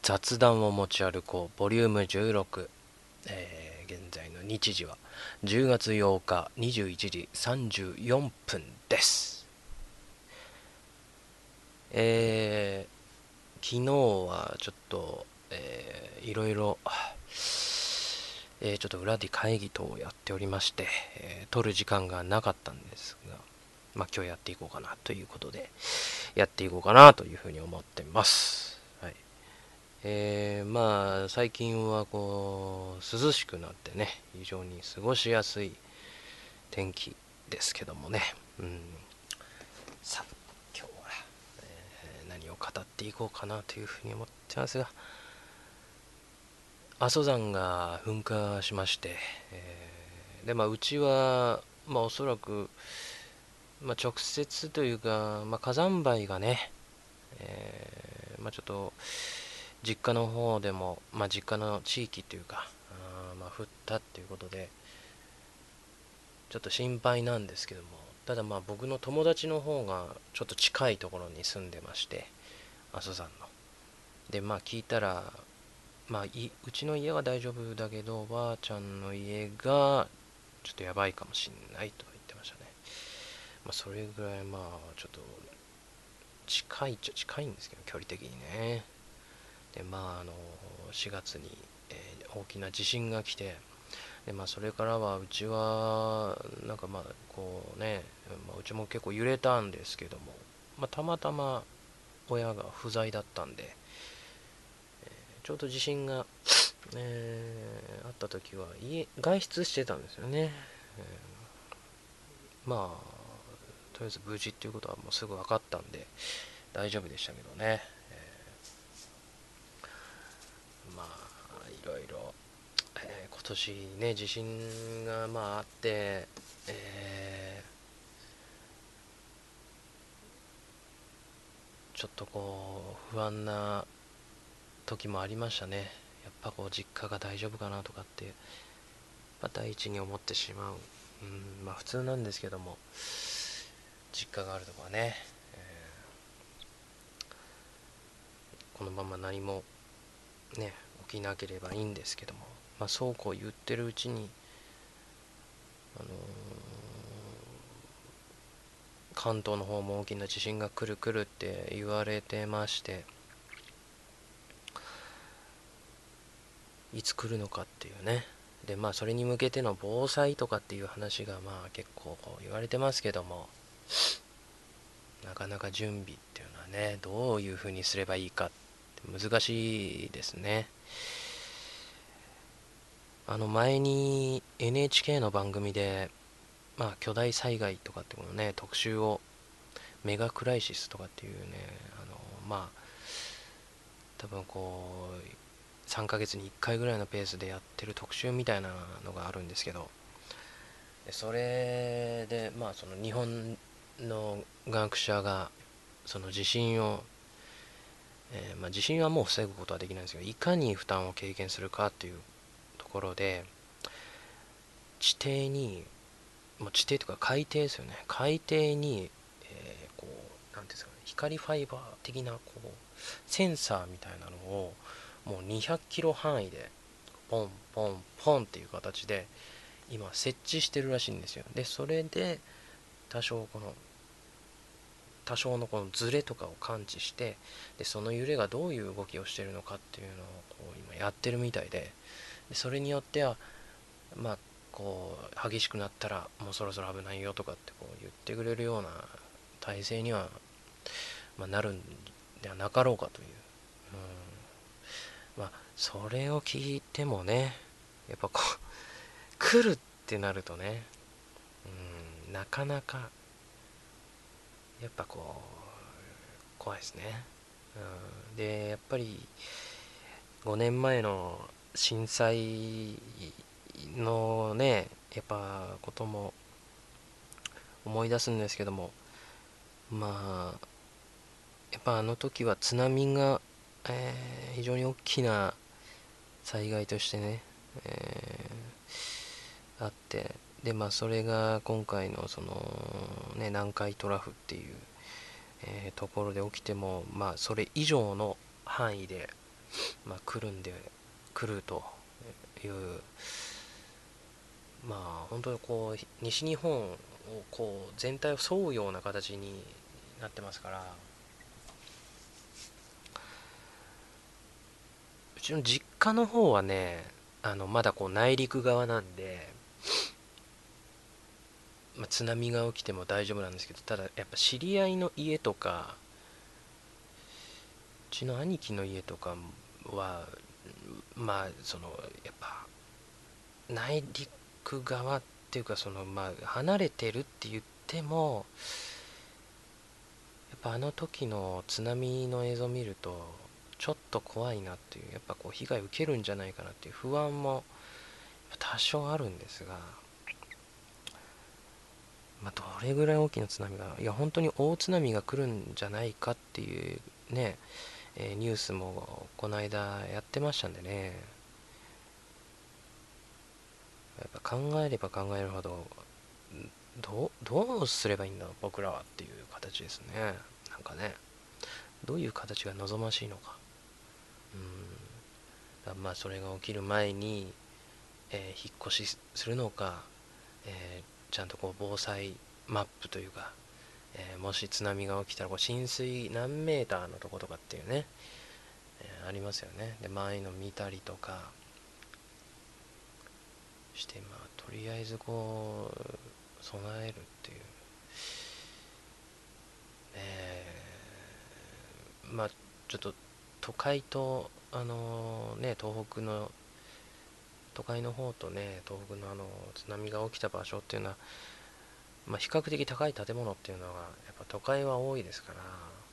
雑談を持ち歩こうボリューム16、現在の日時は10月8日21時34分です。昨日はちょっと、いろいろ、ちょっと裏で会議等をやっておりまして、取る時間がなかったんですが、今日やっていこうかなということでやっていこうかなというふうに思ってます。はい。最近はこう涼しくなってね、非常に過ごしやすい天気ですけどもね。さあ今日は、何を語っていこうかなというふうに思ってますが、阿蘇山が噴火しまして、うちはおそらく、直接というか、火山灰がね、ちょっと実家の方でも、実家の地域というか、降ったっていうことで、ちょっと心配なんですけども、ただ僕の友達の方がちょっと近いところに住んでまして、阿蘇山の。で、聞いたら、うちの家は大丈夫だけど、おばあちゃんの家がちょっとやばいかもしんないと言ってましたね。それぐらいちょっと近いっちゃ近いんですけど、距離的にね。で、4月に、大きな地震が来て、でそれからはうちはなんかこうね、うちも結構揺れたんですけども、たまたま親が不在だったんで、ちょうど地震が、あった時は外出してたんですよね。とりあえず無事っていうことはもうすぐ分かったんで大丈夫でしたけどね。いろいろ、今年ね地震があって、ちょっとこう不安な時もありましたね。やっぱこう実家が大丈夫かなとかって第一に思ってしまう。普通なんですけども、実家があるとかね、このまま何もね起きなければいいんですけども、そうこう言ってるうちに、あの関東の方も大きな地震が来る来るって言われてまして、いつ来るのかっていうね。でそれに向けての防災とかっていう話が結構こう言われてますけども、なかなか準備っていうのはね、どういうふうにすればいいかって難しいですね。前に NHK の番組で、巨大災害とかってこのね特集を、メガクライシスとかっていうね、多分こう3ヶ月に1回ぐらいのペースでやってる特集みたいなのがあるんですけど、それでその日本の学者がその地震を、地震はもう防ぐことはできないんですけど、いかに負担を軽減するかっていうところで、地底に、地底というか海底ですよね、海底に、こうなんていうんですかね、光ファイバー的なこうセンサーみたいなのをもう200キロ範囲でポンポンポンっていう形で今設置してるらしいんですよ。でそれで多少この多少のこのズレとかを感知して、でその揺れがどういう動きをしているのかっていうのをこう今やってるみたいで、それによってはこう激しくなったらもうそろそろ危ないよとかってこう言ってくれるような体制には、なるんではなかろうかという、それを聞いてもね、やっぱこう来るってなるとね、なかなかやっぱこう怖いですね。でやっぱり5年前の震災のねやっぱことも思い出すんですけども、やっぱあの時は津波が、非常に大きな災害としてね、あって、でそれが今回のそのね南海トラフっていう、ところで起きてもそれ以上の範囲で来るという、本当にこう西日本をこう全体を沿うような形になってますから、うちの実家の方はね、まだこう内陸側なんで、津波が起きても大丈夫なんですけど、ただやっぱ知り合いの家とか、うちの兄貴の家とかは、やっぱ内陸側っていうか、離れてるって言っても、やっぱあの時の津波の映像を見るとちょっと怖いなっていう、やっぱこう被害受けるんじゃないかなっていう不安も多少あるんですが、どれぐらい大きな津波が、いや本当に大津波が来るんじゃないかっていうね、ニュースもこの間やってましたんでね、やっぱ考えれば考えるほど、どうすればいいんだ僕らはっていう形ですね。なんかね、どういう形が望ましいのか。それが起きる前に、引っ越しするのか、ちゃんとこう防災マップというか、もし津波が起きたらこう浸水何メーターのとことかっていうね、ありますよね。で、周りの見たりとかして、とりあえずこう備えるっていう、ちょっと都会と東北の都会の方とね、東北の津波が起きた場所っていうのは、比較的高い建物っていうのがやっぱ都会は多いですから、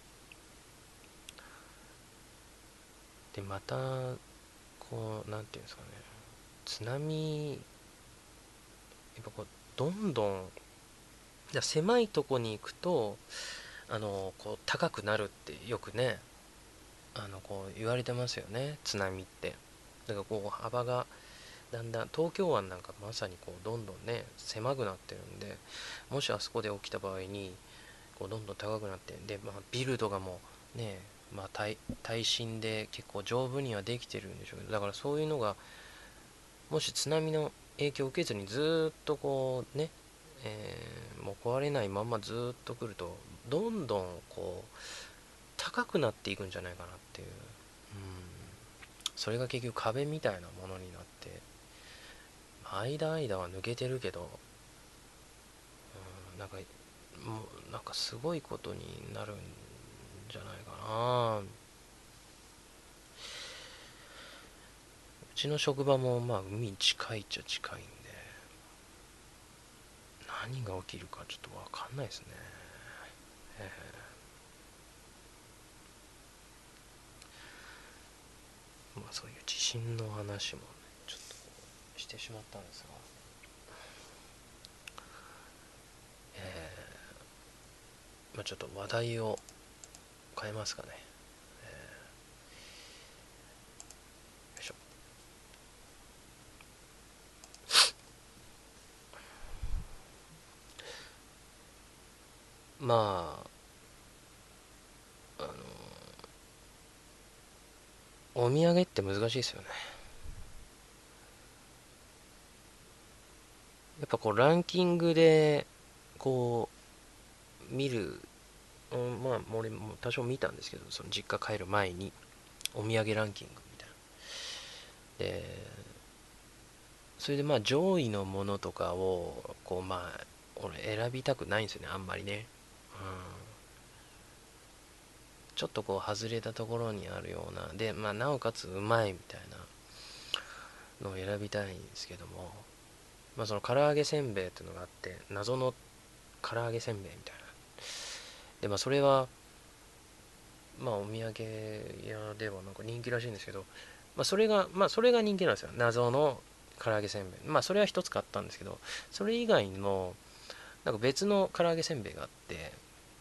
でまたこうなんていうんですかね、津波やっぱこうどんどん、狭いとこに行くとこう高くなるってよくね、こう言われてますよね、津波って。だからこう幅がだんだん、東京湾なんかまさにこうどんどんね狭くなってるんで、もしあそこで起きた場合にこうどんどん高くなって、で、ビルとかもね、耐震で結構丈夫にはできてるんでしょうけど、だからそういうのがもし津波の影響を受けずにずーっとこうね、もう壊れないままずーっと来ると、どんどんこう高くなっていくんじゃないかなっていう、それが結局壁みたいなものになって、間は抜けてるけど、なんかすごいことになるんじゃないかな。うちの職場も海に近いっちゃ近いんで、何が起きるかちょっとわかんないですね。そういう地震の話もね、ちょっとしてしまったんですが、ちょっと話題を変えますかね。よいしょ。まあ、お土産って難しいですよね。やっぱこうランキングでこう見る、俺も多少見たんですけど、その実家帰る前にお土産ランキングみたいな。で、それで上位のものとかをこう俺選びたくないんですよね、あんまりね。うん。ちょっとこう外れたところにあるようなで、なおかつうまいみたいなのを選びたいんですけども、その唐揚げせんべいっていうのがあって、謎の唐揚げせんべいみたいな。でそれはお土産屋ではなんか人気らしいんですけど、それが人気なんですよ、謎の唐揚げせんべい。それは一つ買ったんですけど、それ以外にもなんか別の唐揚げせんべいがあって、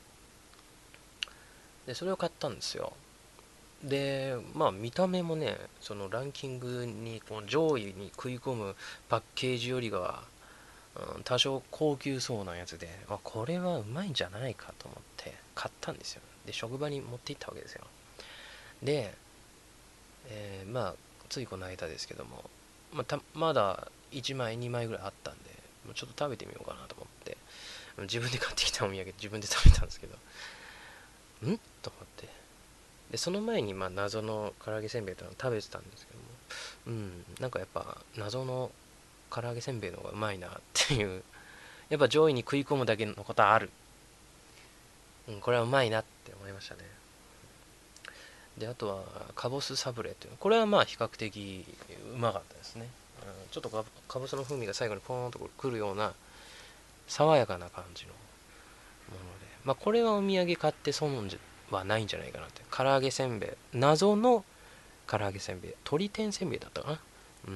でそれを買ったんですよ。で見た目もね、そのランキングにこの上位に食い込むパッケージよりは、多少高級そうなやつで、これはうまいんじゃないかと思って買ったんですよ。で職場に持って行ったわけですよ。でまあついこの間ですけども、まだ1枚2枚ぐらいあったんで、もうちょっと食べてみようかなと思って自分で買ってきたお土産自分で食べたんですけど、と思って、でその前に謎の唐揚げせんべいというのを食べてたんですけども、なんかやっぱ謎の唐揚げせんべいの方がうまいなっていう、やっぱ上位に食い込むだけのことはある、これはうまいなって思いましたね。であとはカボスサブレっていう、これは比較的うまかったですね。ちょっとカボスの風味が最後にポーンとくるような爽やかな感じのもので、これはお土産買って損はないんじゃないかなって。唐揚げせんべい、謎の唐揚げせんべい、鶏天せんべいだったかな。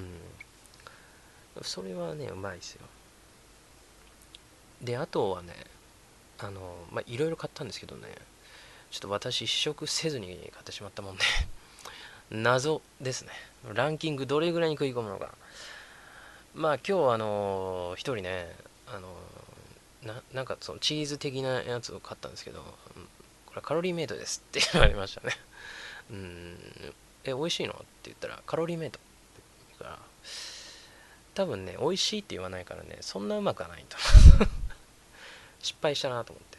それはねうまいですよ。であとはね、いろいろ買ったんですけどね、ちょっと私試食せずに買ってしまったもんで謎ですね。ランキングどれぐらいに食い込むのか。今日一人ね、あのなんかそのチーズ的なやつを買ったんですけど、これはカロリーメイトですって言われましたね。うん、美味しいのって言ったらカロリーメイトって言うから、多分ね美味しいって言わないからね、そんなうまくはないと失敗したなと思って。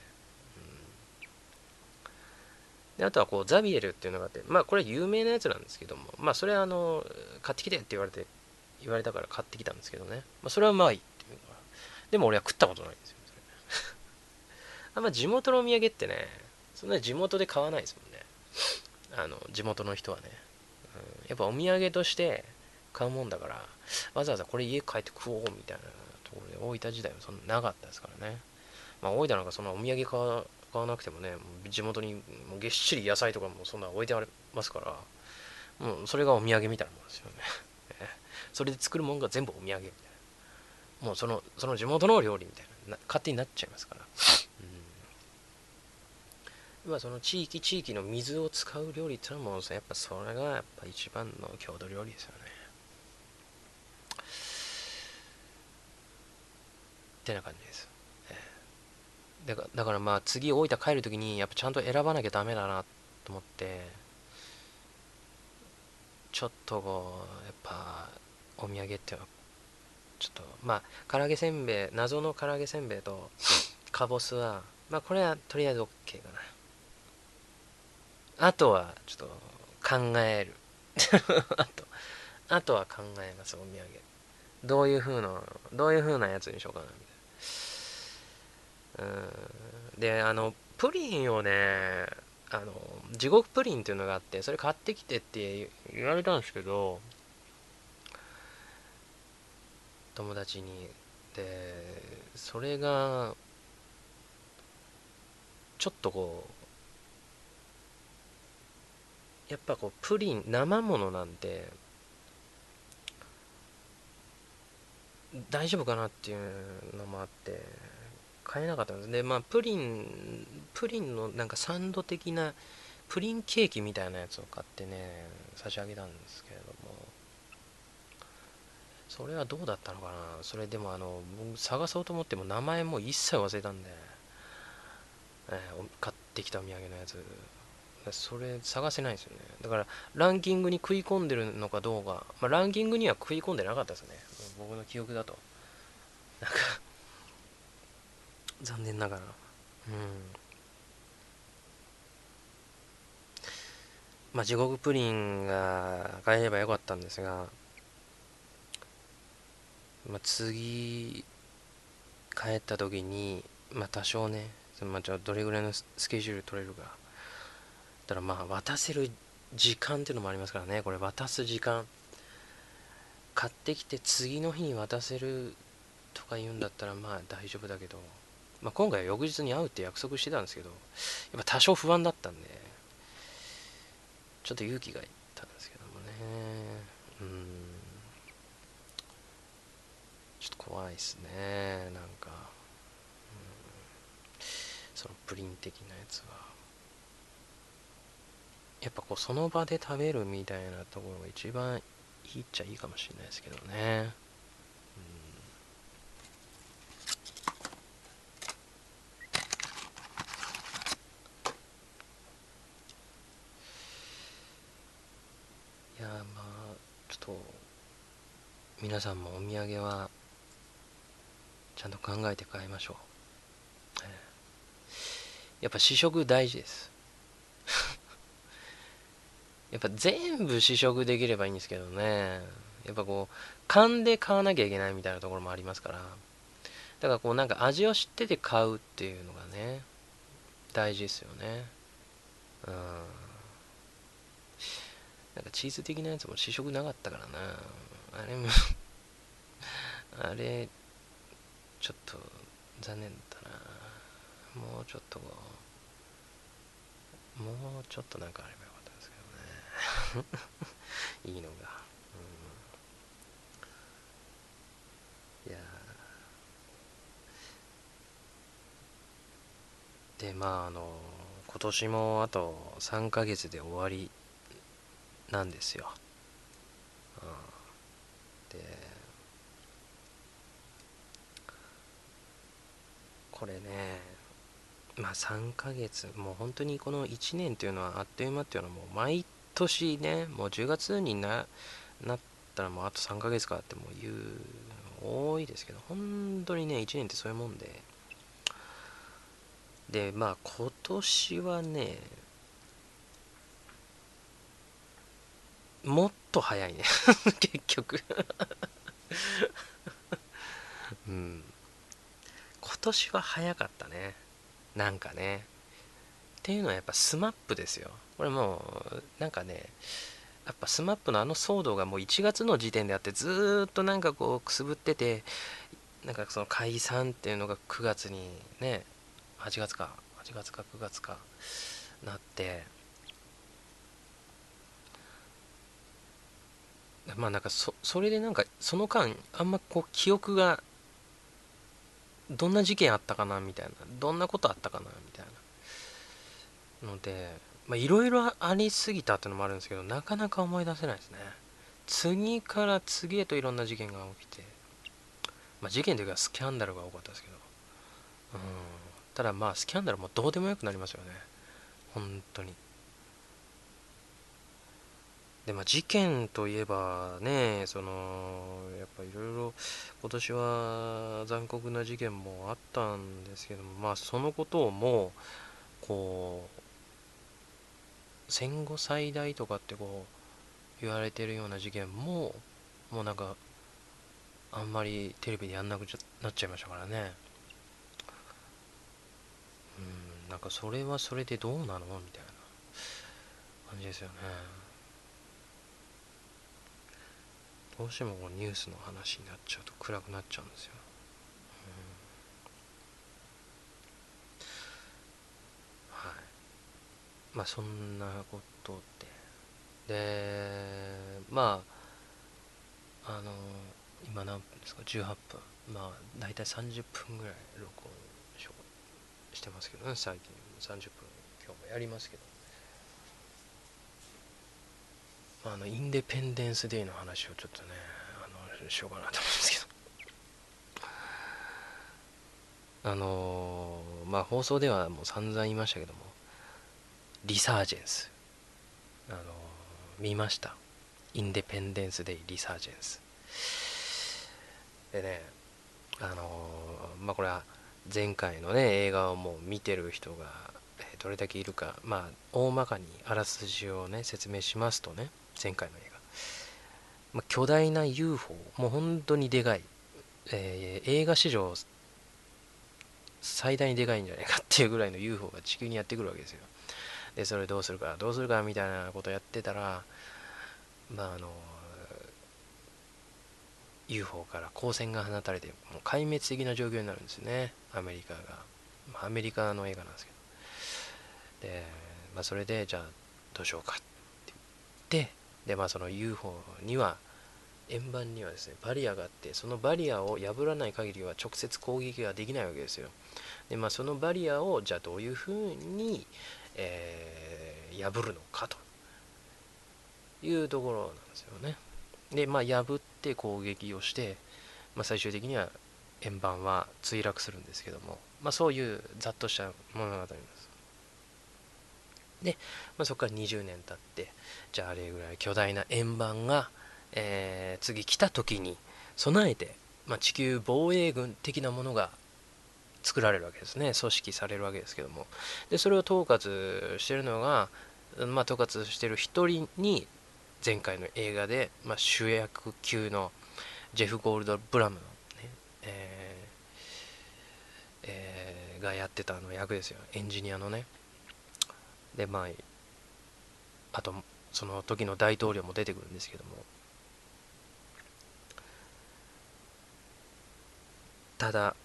であとはこうザビエルっていうのがあって、これ有名なやつなんですけども、それは買ってきてって言われたから買ってきたんですけどね、それはうまいっていうのは、でも俺は食ったことないんですよそれ。あんま地元のお土産ってね、そんなに地元で買わないですもんね、地元の人はね、やっぱお土産として買うもんだから、わざわざこれ家帰って食おうみたいなところで、大分時代はそんななかったですからね。大分なんかそんなお土産買わなくてもね、地元にもうげっしり野菜とかもそんな置いてありますから、もうそれがお土産みたいなもんですよね。それで作るもんが全部お土産みたいな。もうその地元の料理みたいな、勝手になっちゃいますから。その地域地域の水を使う料理ってのはもうやっぱそれがやっぱ一番の郷土料理ですよね。ってな感じです。だから次大分帰るときにやっぱちゃんと選ばなきゃダメだなと思って、ちょっとやっぱお土産っていうのはちょっと唐揚げせんべい、謎の唐揚げせんべいとかぼすはこれはとりあえず OK かな。あとはちょっと考えるあとあとは考えます。お土産どういう風などういう風なやつにしようかなみたいな。でプリンをね、地獄プリンっていうのがあって、それ買ってきてって言われたんですけど、友達に。でそれがちょっとやっぱプリン生ものなんで大丈夫かなっていうのもあって買えなかったんです。でプリンのなんかサンド的なプリンケーキみたいなやつを買ってね差し上げたんですけれども、それはどうだったのかな。それでも僕探そうと思っても名前も一切忘れたんで、買ってきたお土産のやつ、それ探せないんですよね。だからランキングに食い込んでるのかどうか、ランキングには食い込んでなかったですね、僕の記憶だと。なんか残念ながら。地獄プリンが買えればよかったんですが、次帰った時に多少ね、じゃあどれぐらいのスケジュール取れるか、ただ渡せる時間っていうのもありますからね。これ渡す時間、買ってきて次の日に渡せるとか言うんだったら大丈夫だけど、今回は翌日に会うって約束してたんですけど、やっぱ多少不安だったんでちょっと勇気がいったんですけどもね。ちょっと怖いですね、なんか。そのプリン的なやつはやっぱその場で食べるみたいなところが一番いいっちゃいいかもしれないですけどね。いやまあちょっと皆さんもお土産はちゃんと考えて買いましょう。やっぱ試食大事です。やっぱ全部試食できればいいんですけどね。やっぱこう勘で買わなきゃいけないみたいなところもありますから、だからこうなんか味を知ってて買うっていうのがね、大事ですよね。うん。なんかチーズ的なやつも試食なかったからな。あれもあれ、ちょっと残念だったな。もうちょっと、もうちょっとなんかあればよかったんですけどね。いいのが。いやで、まあ今年もあと3ヶ月で終わりなんですよ。うん、で、これね、まあ3ヶ月、もう本当にこの1年っていうのはあっという間っていうのはもう毎年ね、もう10月になったらもうあと3ヶ月かってもう言う多いですけど、本当にね、1年ってそういうもんで、で、まあ今年はね、もっと早いね。結局。うん。今年は早かったね。なんかね。っていうのはやっぱスマップですよ。これもう、なんかね、やっぱスマップのあの騒動がもう1月の時点であってずーっとなんかこうくすぶってて、なんかその解散っていうのが9月にね、8月か、8月か9月かなって、まあなんかそれでなんかその間あんまこう記憶がどんな事件あったかなみたいな、どんなことあったかなみたいなので、まあいろいろありすぎたっていうのもあるんですけど、なかなか思い出せないですね。次から次へといろんな事件が起きて、まあ事件というかスキャンダルが多かったですけど、うん、ただまあスキャンダルもどうでもよくなりますよね、本当に。でまあ事件といえばね、やっぱいろいろ今年は残酷な事件もあったんですけども、まあそのことをもうこう戦後最大とかってこう言われてるような事件ももうなんかあんまりテレビでやんなくなっちゃいましたからね。うん、なんかそれはそれでどうなのみたいな感じですよね。どうしてもこうニュースの話になっちゃうと暗くなっちゃうんですよ。はい。まあそんなことで、まあ今何分ですか？ 18 分。まあ大体30分ぐらい録音してますけどね、最近。30分今日もやりますけど、まあ、インデペンデンスデーの話をちょっとね、しようかなと思うんですけど、まあ放送ではもう散々言いましたけども、リサージェンス、あのー見ました？インデペンデンスデイリサージェンスでね、まあこれは前回のね映画をもう見てる人がどれだけいるか、まあ大まかにあらすじをね説明しますとね、前回の映画、まあ、巨大な UFO、 もう本当にでかい、映画史上最大にでかいんじゃないかっていうぐらいの UFO が地球にやってくるわけですよ。でそれどうするかどうするかみたいなことやってたら、まあUFO から光線が放たれてもう壊滅的な状況になるんですよね、アメリカが。まあ、アメリカの映画なんですけど、で、まあ、それでじゃあどうしようかって言って、でまあその UFO には円盤にはですねバリアがあって、そのバリアを破らない限りは直接攻撃ができないわけですよ。でまあそのバリアをじゃあどういうふうに、破るのかというところなんですよね。でまあ破って攻撃をして、まあ、最終的には円盤は墜落するんですけども、まあ、そういうざっとした物語です。 で、そこから20年経って、じゃああれぐらい巨大な円盤が、次来た時に備えて、地球防衛軍的なものが作られるわけですね。組織されるわけですけども。で、それを統括してるのが、統括してる一人に、前回の映画で、主役級のジェフ・ゴールドブラムのね、えがやってた役ですよ。エンジニアのね。で、あと、その時の大統領も出てくるんですけども、ただ、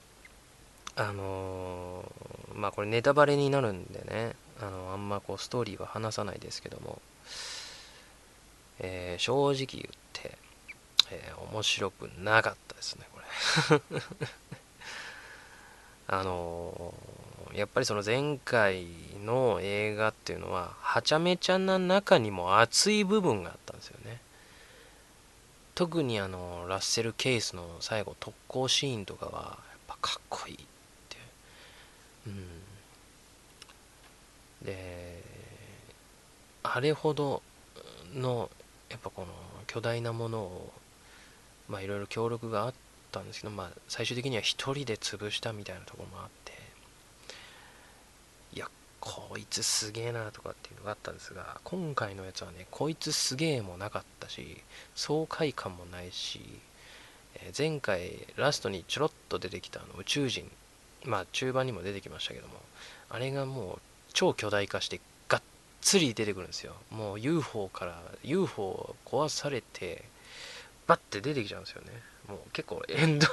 これネタバレになるんでね、あんまこうストーリーは話さないですけども、正直言って、面白くなかったですね、これ。やっぱりその前回の映画っていうのは、はちゃめちゃな中にも熱い部分があったんですよね。特にラッセル・ケイスの最後、特攻シーンとかは、やっぱかっこいいって。うん。で、あれほどの、やっぱこの巨大なものを、いろいろ協力があったんですけど、最終的には一人で潰したみたいなところもあって、いや、こいつすげえなとかっていうのがあったんですが、今回のやつはね、こいつすげえもなかったし、爽快感もないし、前回ラストにちょろっと出てきた宇宙人、中盤にも出てきましたけども、あれがもう超巨大化してがっつり出てくるんですよ。もう UFO から UFO 壊されてバッて出てきちゃうんですよね。もう結構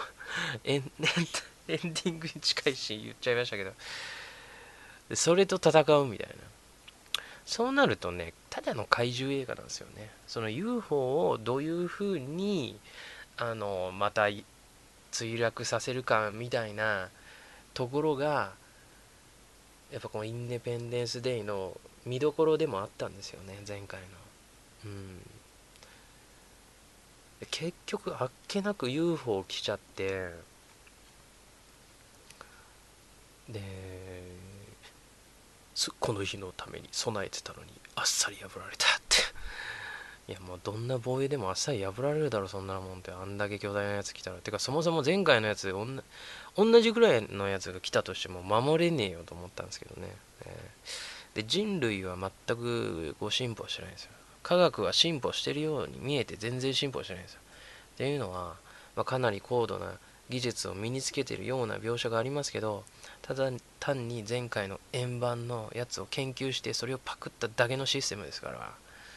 エンディングに近いし言っちゃいましたけど、それと戦うみたいな。そうなるとね、ただの怪獣映画なんですよね。その UFO をどういう風にまた墜落させるかみたいなところが、やっぱこのインデペンデンス・デイの見どころでもあったんですよね、前回の。うん。結局あっけなく UFO 来ちゃって、でこの日のために備えてたのにあっさり破られたって。いや、もうどんな防衛でもあっさり破られるだろそんなもんって。あんだけ巨大なやつ来たら。てか、そもそも前回のやつ同じぐらいのやつが来たとしても守れねえよと思ったんですけどね。で、人類は全く進歩してないんですよ。科学は進歩してるように見えて全然進歩してないんですよ。っていうのは、かなり高度な技術を身につけているような描写がありますけど、ただ単に前回の円盤のやつを研究してそれをパクっただけのシステムですから、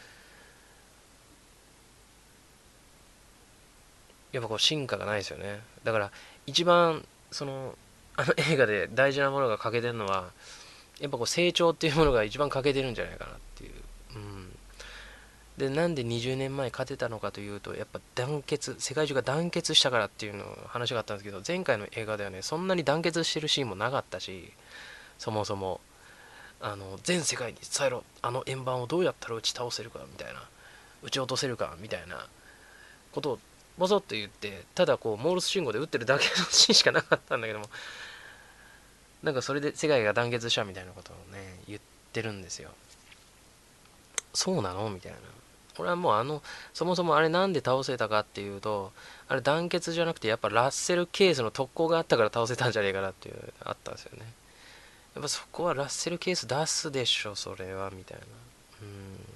やっぱこう進化がないですよね。だから一番あの映画で大事なものが欠けてるのは、やっぱこう成長っていうものが一番欠けてるんじゃないかなっていう。うん。で、なんで20年前勝てたのかというと、やっぱ団結、世界中が団結したからっていうの話があったんですけど、前回の映画ではね、そんなに団結してるシーンもなかったし、そもそも、全世界に伝えろ、あの円盤をどうやったら打ち倒せるかみたいな、打ち落とせるかみたいなことをボソッと言って、ただこう、モールス信号で打ってるだけのシーンしかなかったんだけども、なんかそれで世界が団結したみたいなことをね、言ってるんですよ。そうなのみたいな。これはもうそもそもあれなんで倒せたかっていうと、あれ団結じゃなくてやっぱラッセルケースの特攻があったから倒せたんじゃねえかなっていう、あったんですよね。やっぱそこはラッセルケース出すでしょ、それは、みたいな。うん。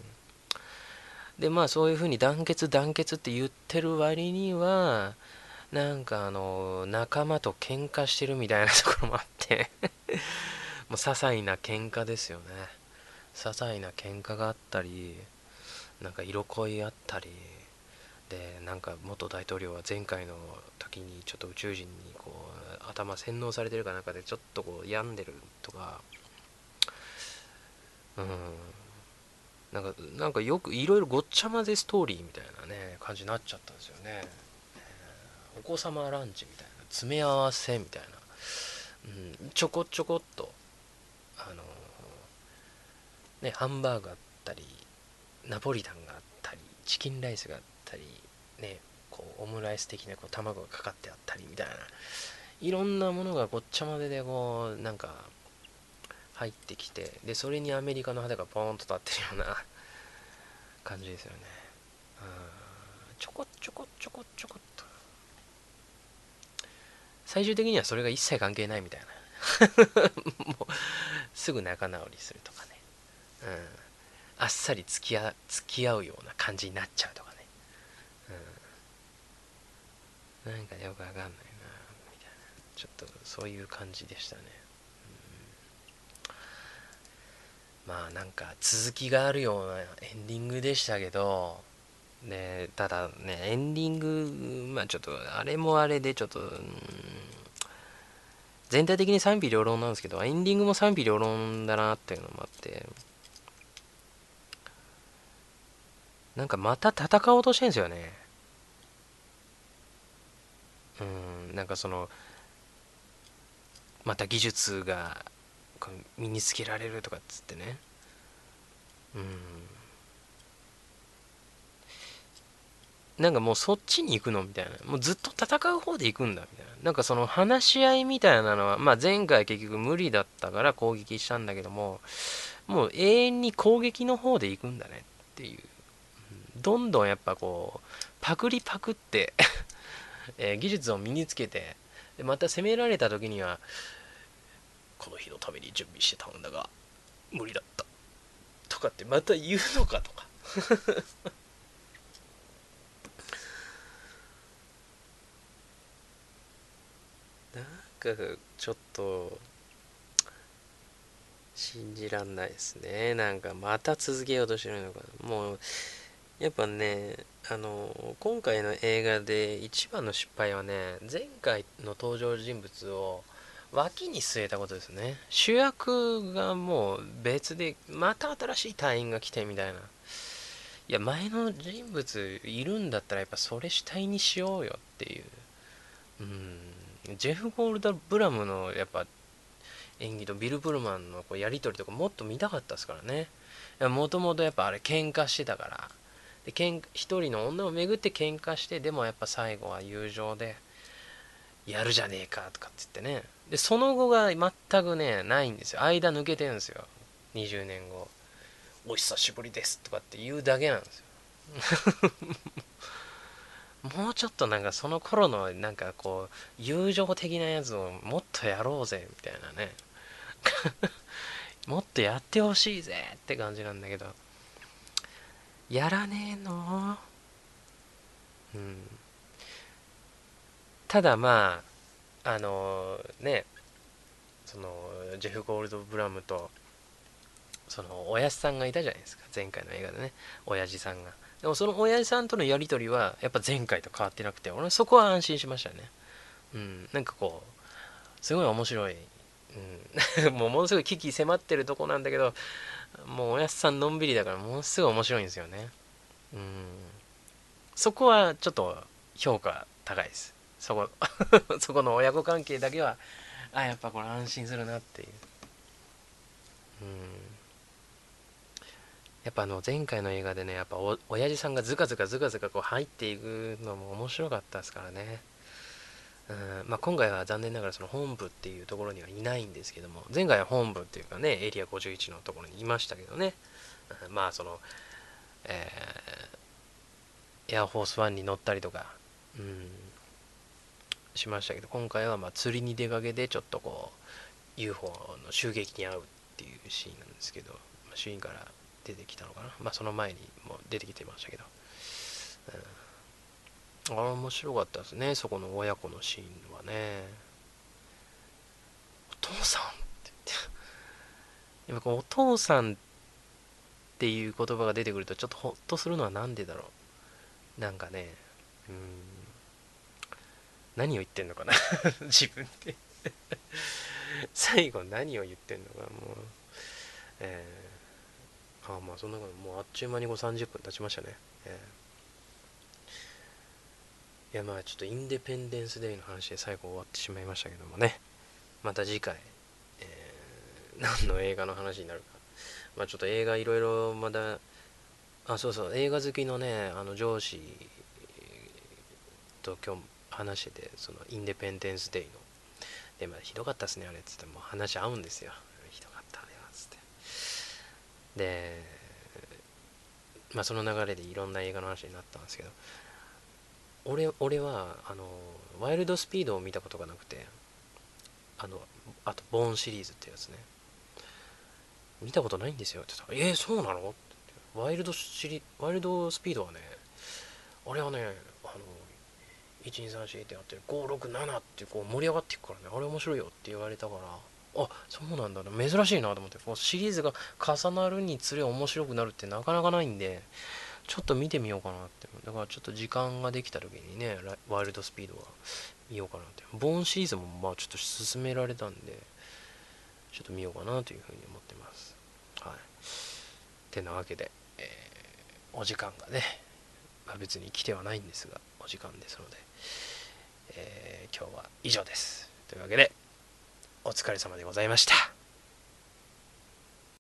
で、そういう風に団結団結って言ってる割には、なんか仲間と喧嘩してるみたいなところもあってもう些細な喧嘩ですよね。些細な喧嘩があったり、なんか色恋あったり、で、なんか元大統領は前回の時にちょっと宇宙人にこう、頭洗脳されてるかなんかでちょっとこう病んでるとか、うん、なんかよくいろいろごっちゃ混ぜストーリーみたいなね、感じになっちゃったんですよね。お子様ランチみたいな、詰め合わせみたいな、ちょこちょこっと、あのハンバーグあったり、ナポリタンがあったり、チキンライスがあったり、ね、こうオムライス的なこう卵がかかってあったりみたいな、いろんなものがごっちゃ混ぜでこう、なんか入ってきて、でそれにアメリカの旗がポーンと立ってるような感じですよね。うん、ちょこちょこちょこちょこっと、最終的にはそれが一切関係ないみたいなもうすぐ仲直りするとかね、うん、あっさり付き合うような感じになっちゃうとかね、うん、なんかよくわかんないなみたいな、ちょっとそういう感じでしたね。まあなんか続きがあるようなエンディングでしたけど、ね、ただね、エンディング、まあちょっと、あれもあれでちょっと、全体的に賛否両論なんですけど、エンディングも賛否両論だなっていうのもあって、なんかまた戦おうとしてるんですよね。なんかその、また技術が身につけられるとかっつってね。うん。なんかもうそっちに行くのみたいな。もうずっと戦う方で行くんだみたいな。なんかその話し合いみたいなのは、まあ前回結局無理だったから攻撃したんだけども、もう永遠に攻撃の方で行くんだねっていう。どんどんやっぱこう、パクリパクって技術を身につけて、でまた攻められた時には、この日のために準備してたんだが、無理だったとかってまた言うのかとか。なんかちょっと信じらんないですね。なんかまた続けようとしてるのか。もうやっぱね、今回の映画で一番の失敗はね、前回の登場人物を脇に据えたことですね。主役がもう別で、また新しい隊員が来てみたいな。いや、前の人物いるんだったらやっぱそれ主体にしようよっていう。うん。ジェフ・ゴールド・ブラムのやっぱ演技とビル・プルマンのこうやりとりとかもっと見たかったですからね。もともとやっぱあれ喧嘩してたから。で一人の女を巡って喧嘩して、でもやっぱ最後は友情でやるじゃねえかとかって言ってね。でその後が全くねないんですよ。間抜けてるんですよ。20年後お久しぶりですとかって言うだけなんですよ。もうちょっとなんかその頃のなんかこう友情的なやつをもっとやろうぜみたいなね。もっとやってほしいぜって感じなんだけど、やらねえの。うん。ただまあね、そのジェフ・ゴールドブラムとその親父さんがいたじゃないですか、前回の映画でね。親父さんが、でもその親父さんとのやり取りはやっぱ前回と変わってなくて、俺そこは安心しましたね。うん、なんかこうすごい面白い、うん、もうものすごい危機迫ってるとこなんだけど、もうおやっさんのんびりだからものすごい面白いんですよね。うん、そこはちょっと評価高いです。そこそこの親子関係だけは、やっぱこれ安心するなっていう。うん、やっぱ前回の映画でね、やっぱ親父さんがズカズカズカズカこう入っていくのも面白かったですからね。うん、まあ、今回は残念ながらその本部っていうところにはいないんですけども、前回は本部っていうかね、エリア51のところにいましたけどね。まあその、えエアフォースワンに乗ったりとか、うん、しましたけど、今回はまあ釣りに出かけてちょっとこう UFO の襲撃に遭うっていうシーンなんですけど、シーンから出てきたのかな、まあその前にも出てきてましたけど、あれ面白かったですね、そこの親子のシーンはね。お父さんって言って、やっぱこうお父さんっていう言葉が出てくるとちょっとホッとするのはなんでだろう。なんかね、うん、何を言ってんのかな自分で最後何を言ってんのかもう、えまあそんなこともうあっちゅう間に30分経ちましたね。えいやまあちょっとインデペンデンスデイの話で最後終わってしまいましたけどもね、また次回、何の映画の話になるか、まあちょっと映画いろいろまだ、そうそう、映画好きのね上司と今日話してて、そのインデペンデンスデイので、まあひどかったっすねあれっつっても話合うんですよ。ひどかったねで、まあその流れでいろんな映画の話になったんですけど、俺はワイルドスピードを見たことがなくて、あのあとボーンシリーズってやつね、見たことないんですよって言ったら、そうなのって。ワイルドスピードはね、あれはね、1234ってやってる567ってこう盛り上がっていくからね、あれ面白いよって言われたから、あ、そうなんだね、珍しいなと思って、こうシリーズが重なるにつれ面白くなるってなかなかないんで、ちょっと見てみようかなって。だからちょっと時間ができた時にね、ワイルドスピードは見ようかなって。ボーンシリーズもまあちょっと勧められたんで、ちょっと見ようかなというふうに思ってます。はい。てなわけで、お時間がね、まあ、別に来てはないんですが、お時間ですので、今日は以上です。というわけで、お疲れ様でございました。